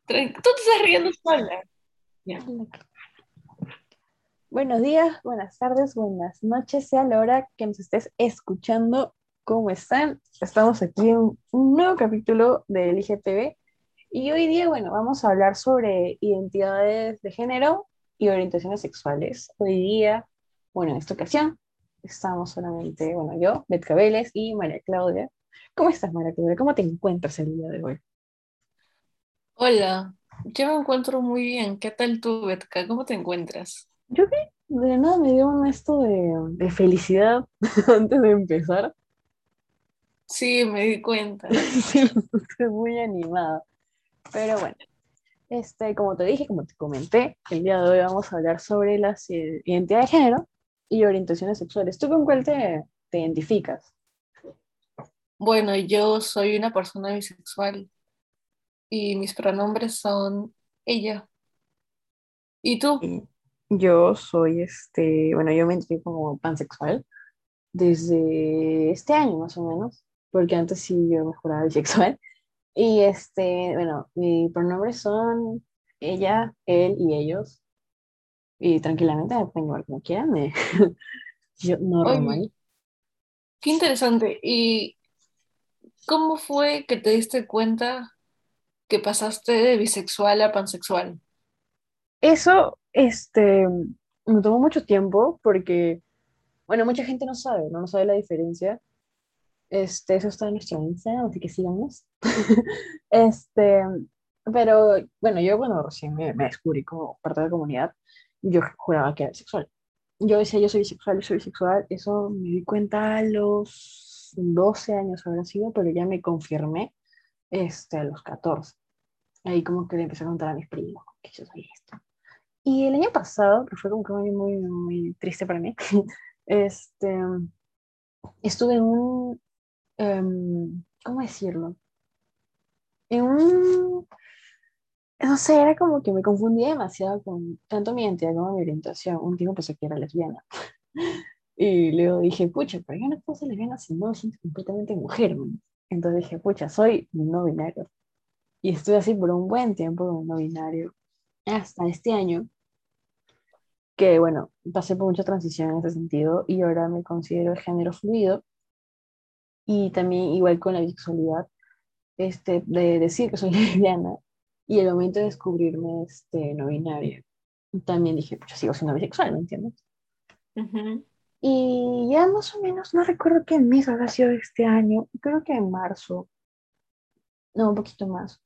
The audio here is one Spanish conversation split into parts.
Tú te estás riendo sola. Ya. Buenos días, buenas tardes, buenas noches, sea la hora que nos estés escuchando. ¿Cómo están? Estamos aquí en un nuevo capítulo de Elige TV y hoy día, bueno, vamos a hablar sobre identidades de género y orientaciones sexuales. Hoy día, bueno, en esta ocasión, estamos solamente, bueno, yo, Betka Vélez y María Claudia. ¿Cómo estás, María Claudia? ¿Cómo te encuentras el día de hoy? Hola, yo me encuentro muy bien. ¿Qué tal tú, Betka? ¿Cómo te encuentras? Yo vi, de nada me dio un esto de felicidad antes de empezar. Sí, me di cuenta. Sí, estoy muy animada. Pero bueno, como te dije, como te comenté, el día de hoy vamos a hablar sobre las identidades de género y orientaciones sexuales. ¿Tú con cuál te identificas? Bueno, yo soy una persona bisexual y mis pronombres son ella. ¿Y tú? Y yo soy, bueno, yo me identifico como pansexual desde este año más o menos, porque antes sí yo me juraba bisexual. Y bueno, mis pronombres son ella, él y ellos. Y tranquilamente me pueden llamar como quieran. Yo Oye, normal. qué interesante. ¿Y cómo fue que te diste cuenta que pasaste de bisexual a pansexual? Eso, me tomó mucho tiempo porque, bueno, mucha gente no sabe, no sabe la diferencia. Eso está en nuestro Instagram, así que sigamos. Este, pero, bueno, yo cuando recién me descubrí como parte de la comunidad, yo juraba que era bisexual. Yo decía, yo soy bisexual. Eso me di cuenta a los 12 años habrá sido, pero ya me confirmé, a los 14. Ahí como que le empecé a contar a mis primos que yo soy esto. Y el año pasado, que fue como que un año muy, muy triste para mí, este, estuve en un, ¿cómo decirlo? En un, no sé, era como que me confundía demasiado con tanto mi identidad como mi orientación. Un tiempo pensé que era lesbiana. Y luego dije, pucha, ¿por qué no puedo ser lesbiana si no me siento completamente mujer, man? Entonces dije, pucha, soy no binario. Y estuve así por un buen tiempo como no binario. Hasta este año, que bueno, pasé por mucha transición en ese sentido y ahora me considero género fluido y también igual con la bisexualidad, de decir que soy lesbiana y el momento de descubrirme no binaria. También dije, pues yo sigo siendo bisexual, ¿me entiendes? Ujú. Y ya más o menos, no recuerdo qué mes habrá sido este año, creo que en marzo, no, un poquito más,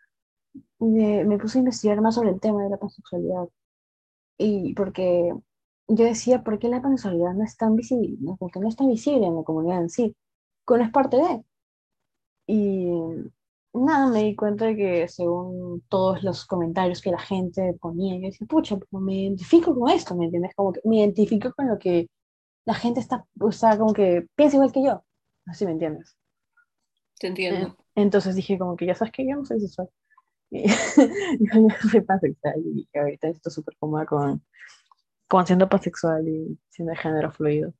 me puse a investigar más sobre el tema de la pansexualidad. Y porque yo decía, ¿por qué la pansexualidad no es tan visible? ¿No? Porque no está visible en la comunidad en sí, que no es parte de. Y nada, me di cuenta de que según todos los comentarios que la gente ponía, yo decía, pucha, pero me identifico con esto, ¿me entiendes? Como que me identifico con lo que la gente está, o sea, como que piensa igual que yo. Así me entiendes. Te entiendo. Entonces dije como que ya sabes que yo no soy sexual. Y yo no soy pansexual y ahorita estoy súper cómoda con siendo pansexual y siendo de género fluido.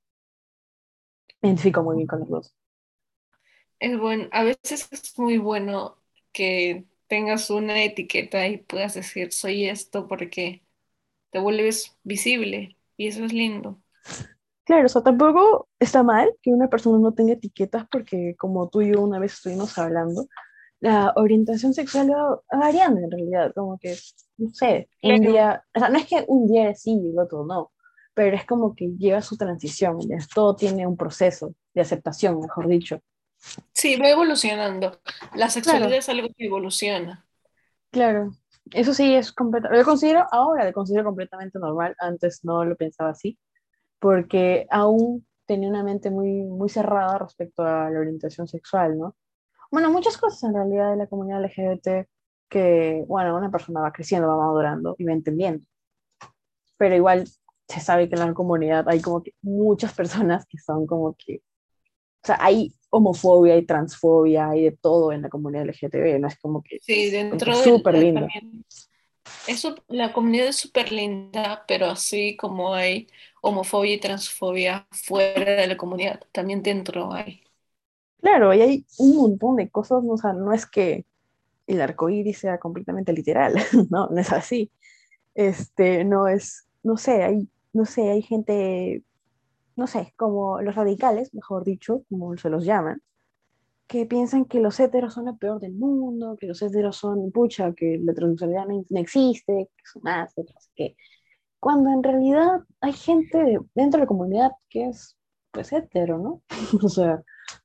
Me identifico muy bien con los dos. Es bueno, a veces es muy bueno que tengas una etiqueta y puedas decir soy esto porque te vuelves visible y eso es lindo. Claro, o sea, tampoco está mal que una persona no tenga etiquetas porque como tú y yo una vez estuvimos hablando, la orientación sexual va variando en realidad, como que, no sé, un Claro. día, o sea, no es que un día es sí y el otro no, pero es como que lleva su transición, ya, todo tiene un proceso de aceptación, mejor dicho. Sí, va evolucionando. La sexualidad Claro, es algo que evoluciona. claro. Eso sí es completamente, ahora lo considero completamente normal, antes no lo pensaba así, porque aún tenía una mente muy, muy cerrada respecto a la orientación sexual, ¿no? Bueno, muchas cosas en realidad de la comunidad LGBT que, bueno, una persona va creciendo, va madurando y va entendiendo, pero igual se sabe que en la comunidad hay como que muchas personas que son como que, o sea, hay homofobia, hay transfobia, hay de todo en la comunidad LGTB, no es Sí, como que dentro súper del lindo. también. Eso, la comunidad es súper linda, pero así como hay homofobia y transfobia fuera de la comunidad, también dentro hay. Claro, y hay un montón de cosas, o sea, no es que el arco iris sea completamente literal, ¿no? No es así. No es, no sé, hay gente, no sé, como los radicales, mejor dicho, como se los llaman, que piensan que los héteros son lo peor del mundo, que los héteros son, pucha, que la transexualidad no existe, que son más, que no sé qué. Cuando en realidad hay gente dentro de la comunidad que es, pues, hetero, ¿no? O sea,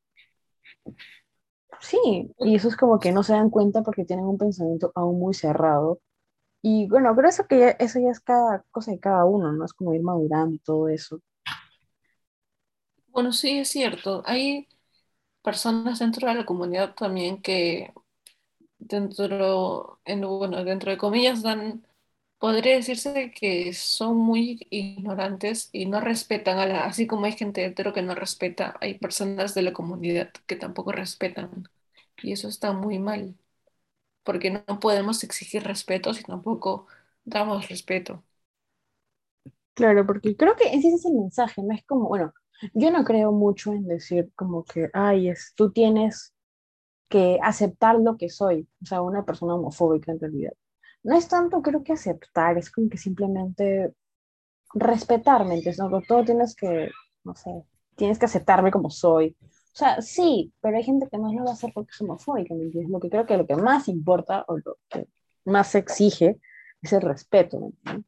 sí, y eso es como que no se dan cuenta porque tienen un pensamiento aún muy cerrado. Y bueno, pero eso ya es cada cosa de cada uno, ¿no? Es como ir madurando y todo eso. Bueno, sí, es cierto. Hay personas dentro de la comunidad también que bueno, dentro de comillas podría decirse que son muy ignorantes y no respetan así como hay gente hetero que no respeta, hay personas de la comunidad que tampoco respetan. Y eso está muy mal, porque no podemos exigir respeto si tampoco damos respeto. Claro, porque creo que ese es el mensaje, no es como, bueno, yo no creo mucho en decir como que, ay, tú tienes que aceptar lo que soy, o sea, una persona homofóbica en realidad. No es tanto creo que aceptar, es como que simplemente respetarme, entonces, ¿no? Todo tienes que, no sé, tienes que aceptarme como soy. O sea, sí, pero hay gente que no lo va a hacer porque es homofóbica, ¿me entiendes? Lo que creo que lo que más importa o lo que más se exige es el respeto, ¿me entiendes?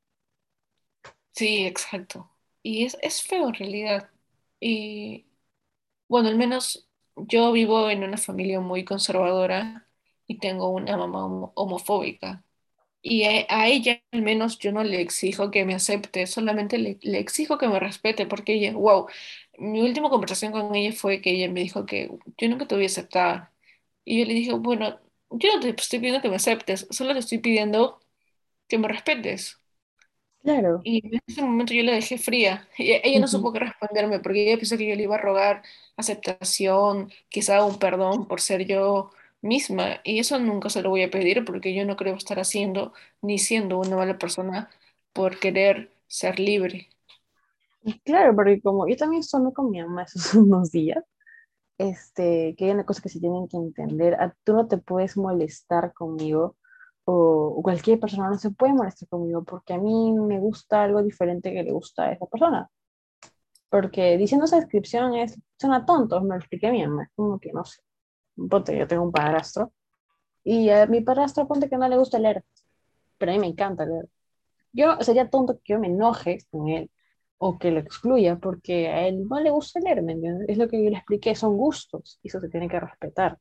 Sí, exacto. Y es feo en realidad. Y bueno, al menos yo vivo en una familia muy conservadora y tengo una mamá homofóbica. Y a ella al menos yo no le exijo que me acepte, solamente le exijo que me respete, porque ella, wow, mi última conversación con ella fue que ella me dijo que yo nunca te voy a aceptar. Y yo le dije, bueno, yo no te estoy pidiendo que me aceptes, solo te estoy pidiendo que me respetes. Claro. Y en ese momento yo la dejé fría. Y ella no Ujú. supo qué responderme porque ella pensó que yo le iba a rogar aceptación, quizá un perdón por ser yo misma. Y eso nunca se lo voy a pedir porque yo no creo estar haciendo ni siendo una mala persona por querer ser libre. Y claro, porque como yo también estuve con mi mamá esos unos días, que hay una cosa que se tienen que entender, tú no te puedes molestar conmigo o cualquier persona no se puede molestar conmigo porque a mí me gusta algo diferente que le gusta a esa persona. Porque diciendo esa descripción suena tonto, me lo expliqué a mi mamá, es como que no sé, ponte, yo tengo un padrastro y a mi padrastro ponte que no le gusta leer, pero a mí me encanta leer. Yo sería tonto que yo me enoje con él o que lo excluya porque a él no le gusta leer, ¿me entiendes? Es lo que yo le expliqué, son gustos y eso se tiene que respetar.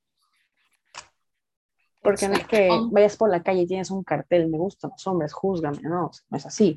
Porque no es Exacto. que vayas por la calle y tienes un cartel, me gustan los hombres, júzgame, no, no es así.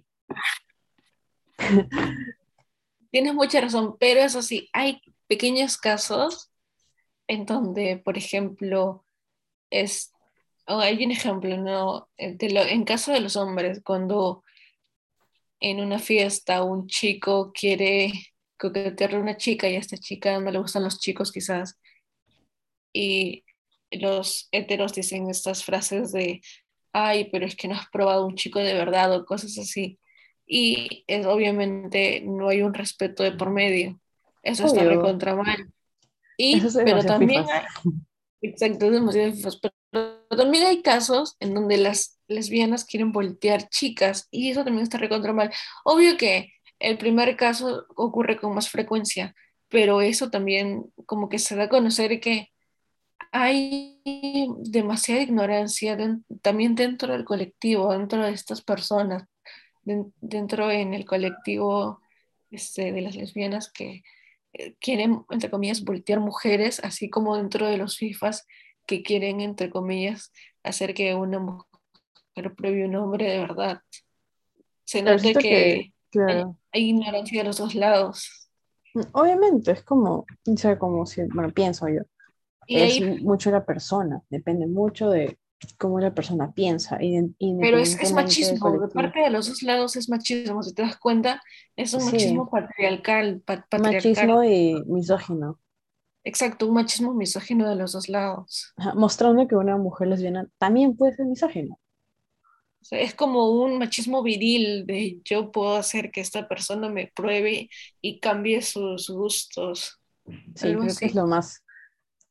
Tienes mucha razón, pero eso sí, hay pequeños casos en donde, por ejemplo, es, hay un ejemplo, ¿no? En caso de los hombres, cuando en una fiesta un chico quiere coquetear a una chica y a esta chica no le gustan los chicos quizás, y los heteros dicen estas frases de, ay, pero es que no has probado un chico de verdad o cosas así. Y es obviamente no hay un respeto de por medio. Eso está Obvio, recontra mal. eso es Pero demasiado también fifas. exacto, es demasiado fifos, pero también hay casos en donde las lesbianas quieren voltear chicas y eso también está recontra mal. Obvio que el primer caso ocurre con más frecuencia, pero eso también como que se da a conocer que hay demasiada ignorancia también dentro del colectivo, dentro de estas personas, dentro en el colectivo de las lesbianas que quieren, entre comillas, voltear mujeres, así como dentro de los FIFAs que quieren, entre comillas, hacer que una mujer pruebe un hombre de verdad. Se Pero nota siento que, que claro, hay ignorancia de los dos lados. obviamente es como, o sea, como si, bueno, pienso yo, Y es hay mucho la persona, depende mucho de cómo la persona piensa, Pero es independientemente del machismo, de colectivo. parte de los dos lados es machismo, si te das cuenta, es un Sí, machismo patriarcal, machismo patriarcal, y misógino. exacto, un machismo misógino de los dos lados. Ajá, mostrando que una mujer lesbiana también puede ser misógina. O sea, es como un machismo viril de yo puedo hacer que esta persona me pruebe y cambie sus gustos, Sí, algo creo que es así. lo más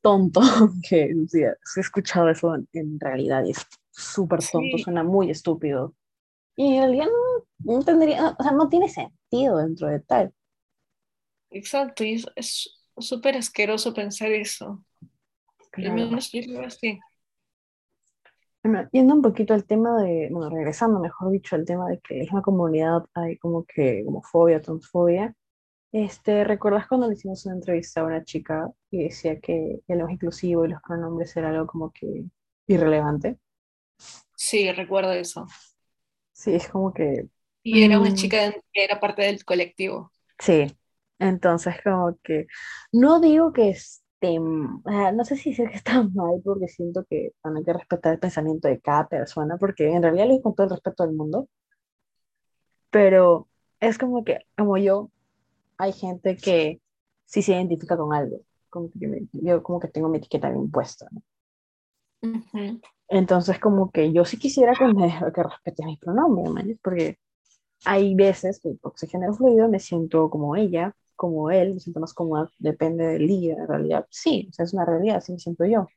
tonto, que sí, he escuchado eso en realidad y es súper tonto, Sí, suena muy estúpido. Y en realidad no tendría, o sea, no tiene sentido dentro de tal. exacto, y es súper asqueroso pensar eso. Al Claro. menos yo lo veo así. Bueno, yendo un poquito al tema de, bueno, regresando, mejor dicho, al tema de que en la misma comunidad hay como que homofobia, transfobia. ¿Recuerdas cuando le hicimos una entrevista a una chica y decía que el lenguaje inclusivo y los pronombres era algo como que irrelevante? Sí, recuerdo eso. Sí, es como que, Y era una mm, chica que era parte del colectivo. sí, entonces como que, no digo que no sé si decir que está mal, porque siento que hay que respetar el pensamiento de cada persona, porque en realidad lo digo con todo el respeto del mundo, pero es como que, como yo, hay gente que sí se identifica con algo, como que yo como que tengo mi etiqueta bien puesta, ¿no? Ujú. Entonces, como que yo sí quisiera que respete mis pronombres, ¿no? Porque hay veces que por ser género fluido me siento como ella, como él, me siento más cómoda, depende del día, en realidad. Sí, o sea, es una realidad, así me siento yo.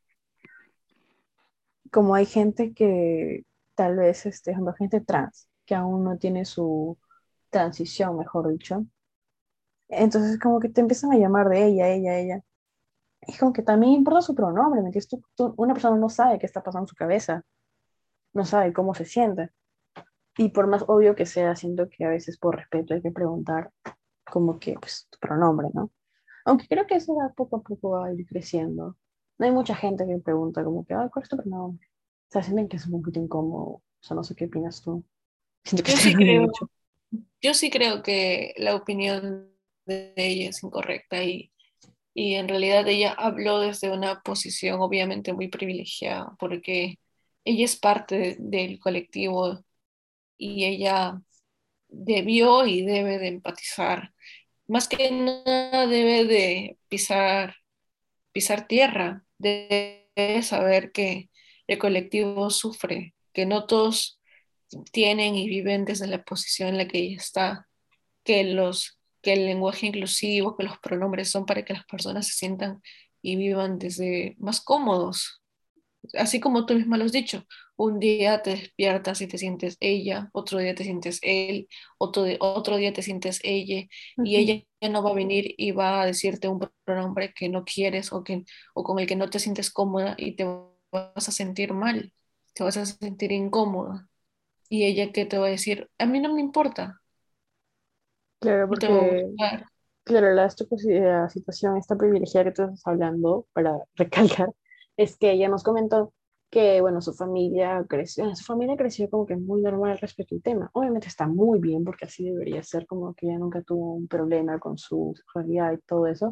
Como hay gente que tal vez, ejemplo, gente trans, que aún no tiene su transición, mejor dicho. Entonces, como que te empiezan a llamar de ella. Es como que también importa su pronombre, ¿me entiendes? Una persona no sabe qué está pasando en su cabeza, no sabe cómo se siente. Y por más obvio que sea, siento que a veces por respeto hay que preguntar como que pues, tu pronombre, ¿no? Aunque creo que eso va poco a poco va a ir creciendo. No hay mucha gente que pregunta como que, ¿cuál es tu pronombre? O sea, sienten que es un poquito incómodo. O sea, no sé qué opinas tú. Siento que Yo estoy sí hablando creo, mucho. yo sí creo que la opinión de ella es incorrecta y en realidad ella habló desde una posición obviamente muy privilegiada porque ella es parte del colectivo y ella debió y debe de empatizar. Más que nada debe de pisar tierra, debe saber que el colectivo sufre, que no todos tienen y viven desde la posición en la que ella está, que el lenguaje inclusivo, que los pronombres son para que las personas se sientan y vivan desde más cómodos. Así como tú misma lo has dicho, un día te despiertas y te sientes ella, otro día te sientes él, otro día te sientes ella, y ella Ujú. ya no va a venir y va a decirte un pronombre que no quieres o con el que no te sientes cómoda y te vas a sentir mal, te vas a sentir incómoda. Y ella que te va a decir, a mí no me importa, Claro, no te va a porque, gustar. claro, la situación, esta privilegiada que tú estás hablando, para recalcar, es que ella nos comentó que, bueno, su familia creció como que muy normal respecto al tema. Obviamente está muy bien, porque así debería ser, como que ella nunca tuvo un problema con su sexualidad y todo eso,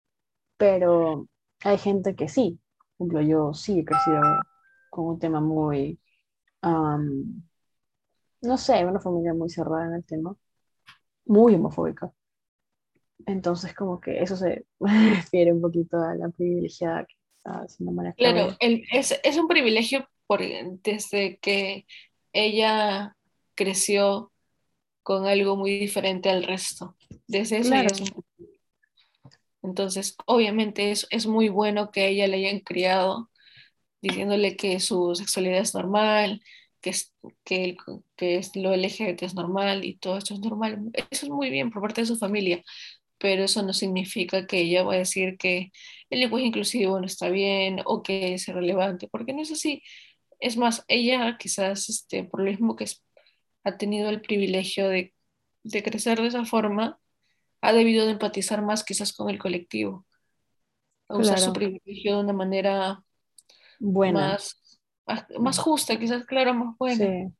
pero hay gente que sí. Por ejemplo, yo sí he crecido con un tema muy, am, no sé, una familia muy cerrada en el tema, muy homofóbica. Entonces, como que eso se refiere un poquito a la privilegiada que está haciendo María Claro, Claudia. es un privilegio desde que ella creció con algo muy diferente al resto. Desde eso ya es Claro, un... Entonces, obviamente es muy bueno que a ella le hayan criado diciéndole que su sexualidad es normal, que, es, que es lo LGBT es normal y todo esto es normal. Eso es muy bien por parte de su familia, pero eso no significa que ella va a decir que el lenguaje inclusivo no está bien o que es irrelevante, porque no es así. Es más, ella quizás por lo mismo ha tenido el privilegio de crecer de esa forma, ha debido de empatizar más quizás con el colectivo, a usar su claro, privilegio de una manera buena. más justa, quizás, claro, más buena. Sí,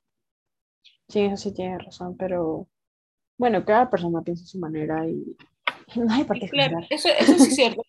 sí, eso sí tiene razón, pero bueno, cada persona piensa a su manera y no hay por qué Y claro, juzgar. eso sí es cierto.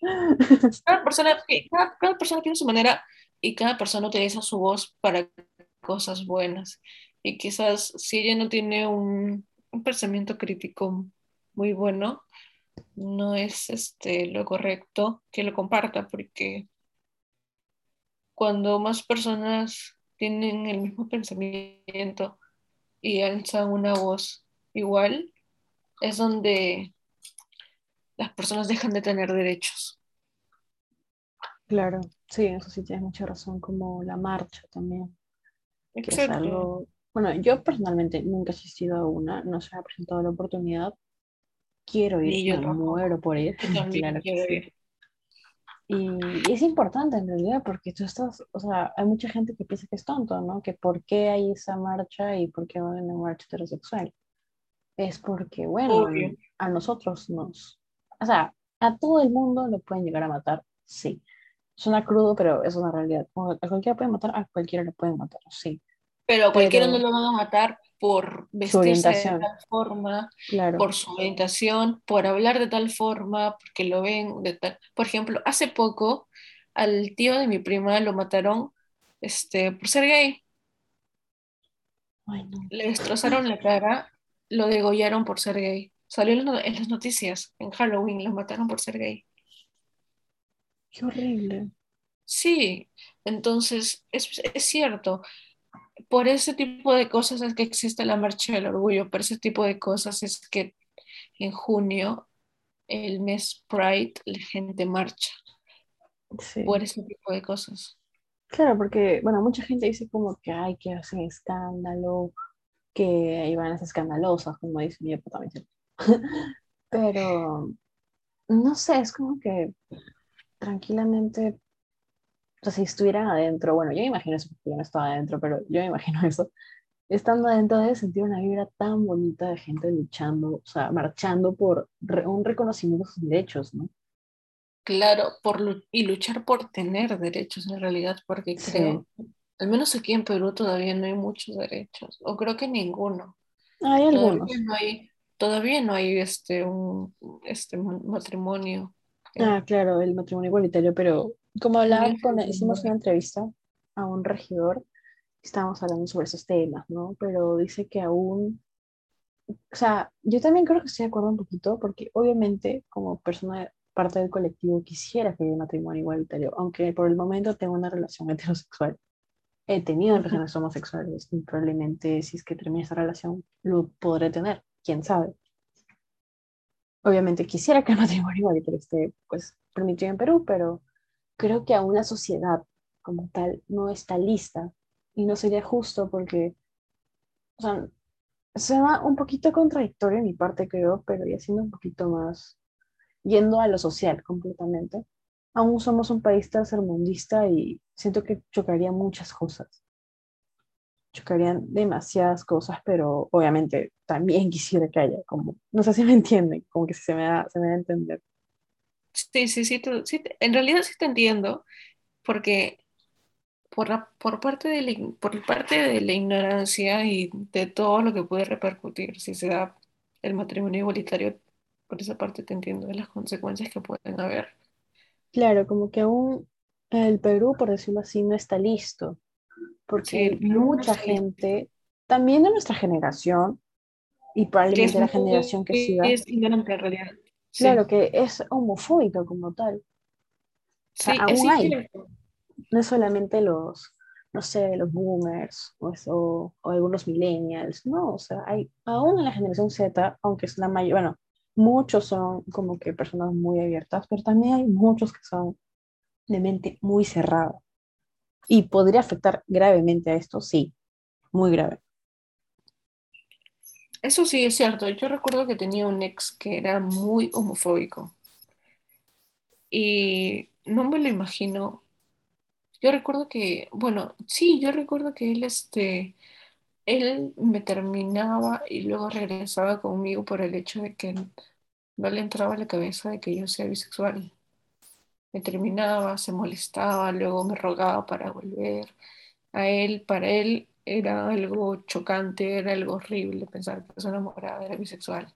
Cada persona tiene su manera y cada persona utiliza su voz para cosas buenas. Y quizás si ella no tiene un pensamiento crítico muy bueno, no es lo correcto que lo comparta, porque cuando más personas tienen el mismo pensamiento y alzan una voz igual, es donde las personas dejan de tener derechos. Claro, sí, eso sí tienes mucha razón, como la marcha también, que es Exacto. algo, bueno, yo personalmente nunca he asistido a una, no se me ha presentado la oportunidad, quiero ir, Ni yo me tampoco. muero por ir, Yo también claro que quiero sí. ir. Y es importante en realidad porque tú estás, o sea, hay mucha gente que piensa que es tonto, ¿no? Que por qué hay esa marcha y por qué van en la marcha heterosexual. Es porque, bueno, Obvio. a nosotros nos, o sea, a todo el mundo lo pueden llegar a matar, sí. Suena crudo, pero es una realidad. A cualquiera puede matar, a cualquiera le pueden matar, sí. Pero a cualquiera no Pero lo van a matar por su vestirse de orientación, tal forma, claro, por su orientación, por hablar de tal forma, porque lo ven de tal. Por ejemplo, hace poco al tío de mi prima lo mataron por ser gay. ay no, Le destrozaron la cara, lo degollaron por ser gay. Salió en las noticias, en Halloween, lo mataron por ser gay. qué horrible. Sí, entonces es cierto. Por ese tipo de cosas es que existe la Marcha del Orgullo, por ese tipo de cosas es que en junio, el mes Pride, la gente marcha Sí. por ese tipo de cosas. Claro, porque, bueno, mucha gente dice como que, ay, que hacen escándalo, que iban a ser escandalosas, como dice mi papá también. Pero, no sé, es como que tranquilamente, o sea, si estuvieran adentro, bueno, yo me imagino eso porque yo no estaba adentro, pero yo me imagino eso, estando adentro debe sentir una vibra tan bonita de gente luchando, o sea, marchando por un reconocimiento de sus derechos, ¿no? Claro, y luchar por tener derechos en realidad, porque Sí, creo, al menos aquí en Perú todavía no hay muchos derechos, o creo que ninguno. hay Todavía algunos. no hay, todavía no hay matrimonio. eh, Ah, claro, el matrimonio igualitario, pero como hablaba Matrimonio con, hicimos una igualitario. entrevista a un regidor, estábamos hablando sobre esos temas, ¿no? Pero dice que aún, o sea, yo también creo que estoy de acuerdo un poquito, porque obviamente como persona parte del colectivo quisiera que haya matrimonio igualitario, aunque por el momento tengo una relación heterosexual. He tenido Ujú. relaciones homosexuales y probablemente si es que termine esa relación lo podré tener, quién sabe. Obviamente quisiera que el matrimonio igualitario esté pues permitido en Perú, pero creo que aún la sociedad como tal no está lista y no sería justo porque, o sea, suena un poquito contradictorio en mi parte, creo, pero ya siendo un poquito más yendo a lo social completamente. Aún somos un país tercermundista y siento que chocaría muchas cosas. Chocarían demasiadas cosas, pero obviamente también quisiera que haya como, no sé si me entienden, como que si se me da a entender. Sí, sí, sí, en realidad sí te entiendo, porque por parte de la ignorancia y de todo lo que puede repercutir si se da el matrimonio igualitario, por esa parte te entiendo de las consecuencias que pueden haber. Claro, como que aún el Perú, por decirlo así, no está listo, porque Sí, hay el Perú no mucha está listo, gente, también de nuestra generación y que es probablemente la generación muy que siga, es ignorante en realidad. claro Sí, que es homofóbica como tal. O sea, sí, es aún hay, cierto. no es solamente los, no sé, los boomers o algunos millennials, no, o sea, hay aún en la generación Z, aunque es la mayor, bueno, muchos son como que personas muy abiertas, pero también hay muchos que son de mente muy cerrada. Y podría afectar gravemente a esto, sí, muy grave. Eso sí es cierto. Yo recuerdo que tenía un ex que era muy homofóbico y no me lo imagino. Yo recuerdo que, bueno, sí, yo recuerdo que él me terminaba y luego regresaba conmigo por el hecho de que no le entraba a la cabeza de que yo sea bisexual. Me terminaba, se molestaba, luego me rogaba para volver. Para él era algo chocante, era algo horrible pensar que su enamorada era bisexual.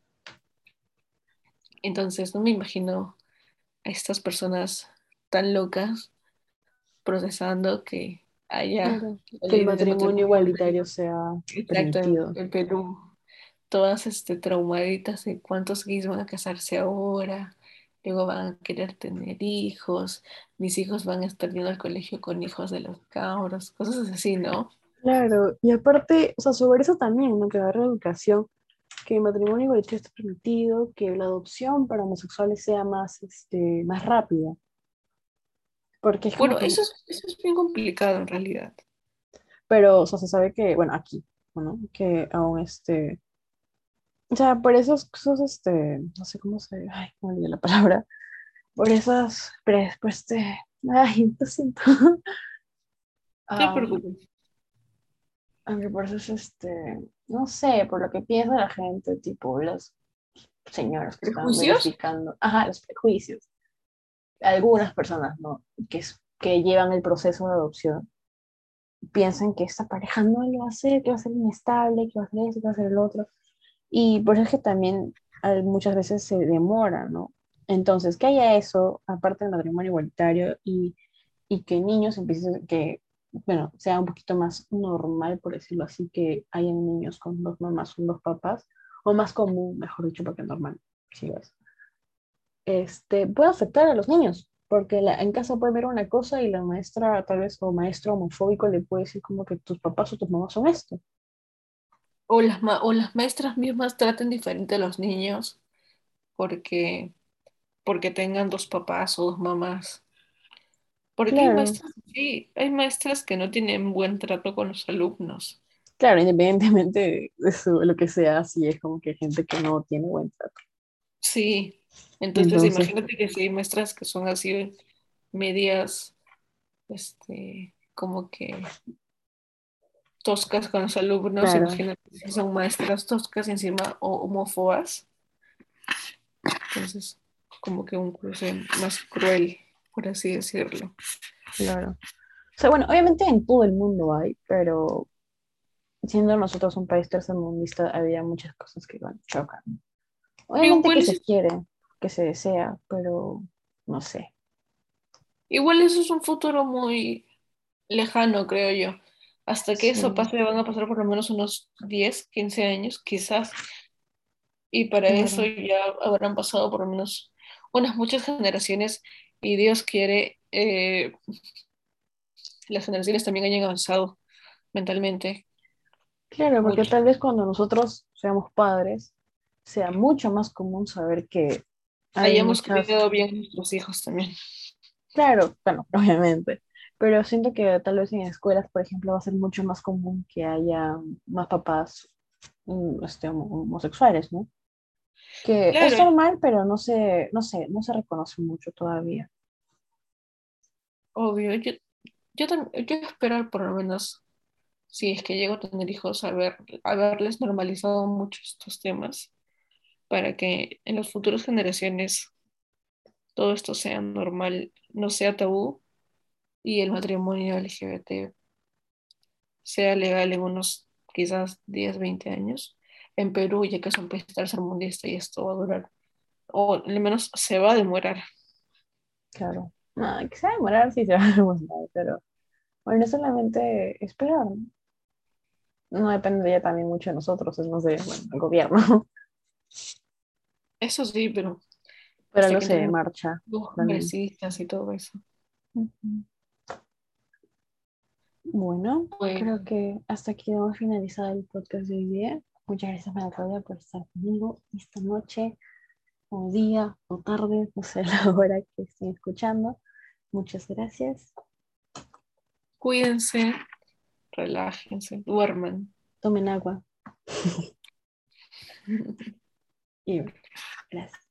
Entonces no me imagino a estas personas tan locas procesando que haya Claro. la Que el ley de matrimonio matrimonio igualitario igualitario. sea Exacto, permitido. en Perú. Todas traumaditas de cuántos gays van a casarse ahora, luego van a querer tener hijos, mis hijos van a estar yendo al colegio con hijos de los cabros, cosas así, ¿no? Claro, y aparte, o sea, sobre eso también, ¿no? Que va a haber educación, que el matrimonio igualitario esté permitido, que la adopción para homosexuales sea más, más rápida. porque es como Bueno, que, eso es bien complicado en realidad. pero, o sea, se sabe que, bueno, aquí, ¿no? Que aún o sea, por no sé cómo se, ay, me olvidé la palabra, por esas, ay, lo siento. No te Am, preocupes. aunque por eso no sé, por lo que piensa la gente, tipo, las señoras que estaban ¿Prejuicios? verificando, ajá, los prejuicios. Algunas personas, ¿no? Que llevan el proceso de adopción, piensan que esta pareja no lo va a hacer, que va a ser inestable, que va a hacer eso, que va a hacer el otro. Y por eso es que también muchas veces se demora, ¿no? Entonces, que haya eso, aparte del matrimonio igualitario, y que niños empiecen, bueno, sea un poquito más normal, por decirlo así, que hayan niños con dos mamás, con dos papás, o más común, mejor dicho, porque normal, sí lo es. Puede afectar a los niños, porque en casa puede ver una cosa y la maestra, tal vez, o maestro homofóbico le puede decir como que tus papás o tus mamás son esto. O las maestras mismas traten diferente a los niños porque, porque tengan dos papás o dos mamás. Porque Claro, sí, hay maestras que no tienen buen trato con los alumnos. claro, independientemente de lo que sea, sí es como que hay gente que no tiene buen trato. Sí, entonces Entonces, imagínate que si hay maestras que son así medias, como que toscas con los alumnos, claro, imagínate si son maestras toscas y encima o homófobas, entonces como que un cruce más cruel, por así decirlo. claro. O sea, bueno, obviamente en todo el mundo hay, pero siendo nosotros un país tercermundista, había muchas cosas que van chocan. Obviamente que Igual, se quiere, que se desea, pero no sé. igual eso es un futuro muy lejano, creo yo. Hasta que Sí, eso pase, van a pasar por lo menos unos 10 15 años, quizás. Y para eso claro, ya habrán pasado por lo menos unas muchas generaciones. Y Dios quiere, las generaciones también hayan avanzado mentalmente claro, porque mucho. tal vez cuando nosotros seamos padres, sea mucho más común saber que hay Hayamos muchas, criado bien a nuestros hijos también. claro, bueno, obviamente, pero siento que tal vez en escuelas, por ejemplo, va a ser mucho más común que haya más papás homosexuales, ¿no? Que es Claro, normal, pero no se reconoce mucho todavía. obvio. Yo espero por lo menos, si es que llego a tener hijos, haberles normalizado mucho estos temas para que en las futuras generaciones todo esto sea normal, no sea tabú y el matrimonio LGBT sea legal en unos quizás 10 20 años. En Perú, ya que es un país tercermundista y esto va a durar, o al menos se va a demorar. Claro. No, que se va a demorar, sí se va a demorar, pero bueno, es solamente esperar, ¿no? No depende ya también mucho de nosotros, es más de, bueno, el gobierno, Eso sí, pero pero hasta algo que se entren marcha los también. congresistas y todo eso. Ujú. Bueno, creo Bueno, que hasta aquí hemos finalizado el podcast de hoy día. Muchas gracias, María Claudia, por estar conmigo esta noche, o día, o tarde, no sé la hora que estén escuchando. Muchas gracias. cuídense, relájense, duerman. Tomen agua y gracias.